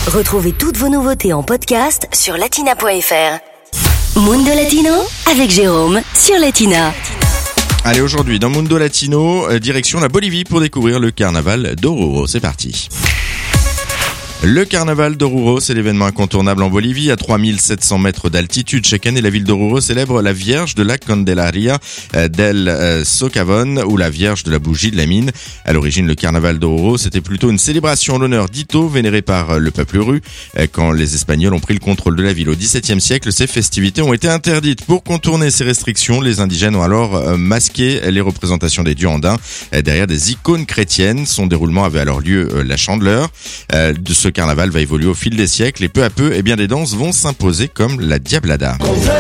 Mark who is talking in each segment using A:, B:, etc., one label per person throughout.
A: Retrouvez toutes vos nouveautés en podcast sur latina.fr. Mundo Latino avec Jérôme sur Latina.
B: Allez, aujourd'hui, dans Mundo Latino, direction la Bolivie pour découvrir le carnaval d'Oruro. C'est parti. Le carnaval d'Oruro, c'est l'événement incontournable en Bolivie. À 3700 mètres d'altitude, chaque année, la ville d'Oruro célèbre la Vierge de la Candelaria del Socavón, ou la Vierge de la bougie de la mine. À l'origine, le carnaval d'Oruro, c'était plutôt une célébration en l'honneur d'Ito, vénéré par le peuple ru. Quand les Espagnols ont pris le contrôle de la ville au XVIIe siècle, ces festivités ont été interdites. Pour contourner ces restrictions, les indigènes ont alors masqué les représentations des dieux andins derrière des icônes chrétiennes. Son déroulement avait alors lieu la Chandeleur. De ce carnaval va évoluer au fil des siècles et peu à peu, des danses vont s'imposer comme la Diablada.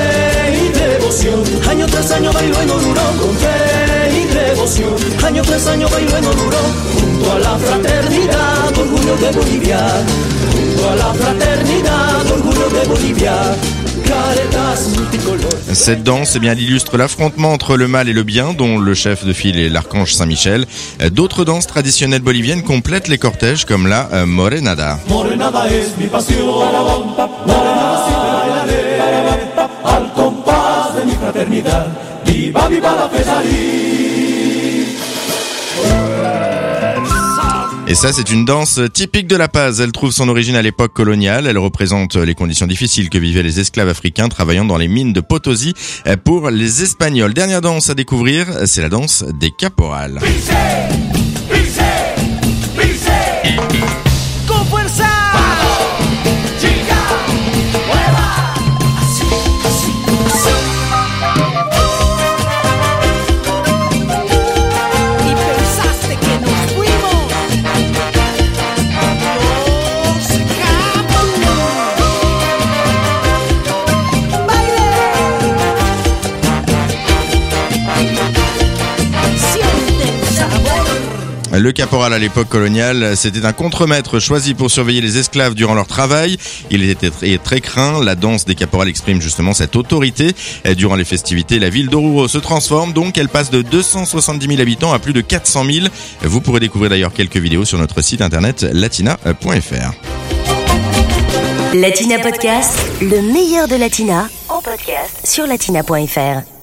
B: Cette danse, elle illustre l'affrontement entre le mal et le bien, dont le chef de file est l'archange Saint-Michel. D'autres danses traditionnelles boliviennes complètent les cortèges, comme la Morenada. Morenada es mi pasión, al compás de mi fraternidad, viva, viva la pesadilla. Et ça, c'est une danse typique de La Paz. Elle trouve son origine à l'époque coloniale. Elle représente les conditions difficiles que vivaient les esclaves africains travaillant dans les mines de Potosí pour les Espagnols. Dernière danse à découvrir, c'est la danse des caporales. Le caporal à l'époque coloniale, c'était un contremaître choisi pour surveiller les esclaves durant leur travail. Il était très craint. La danse des caporales exprime justement cette autorité. Durant les festivités, la ville d'Oruro se transforme donc. Elle passe de 270 000 habitants à plus de 400 000. Vous pourrez découvrir d'ailleurs quelques vidéos sur notre site internet latina.fr.
A: Latina Podcast, le meilleur de Latina en podcast sur latina.fr.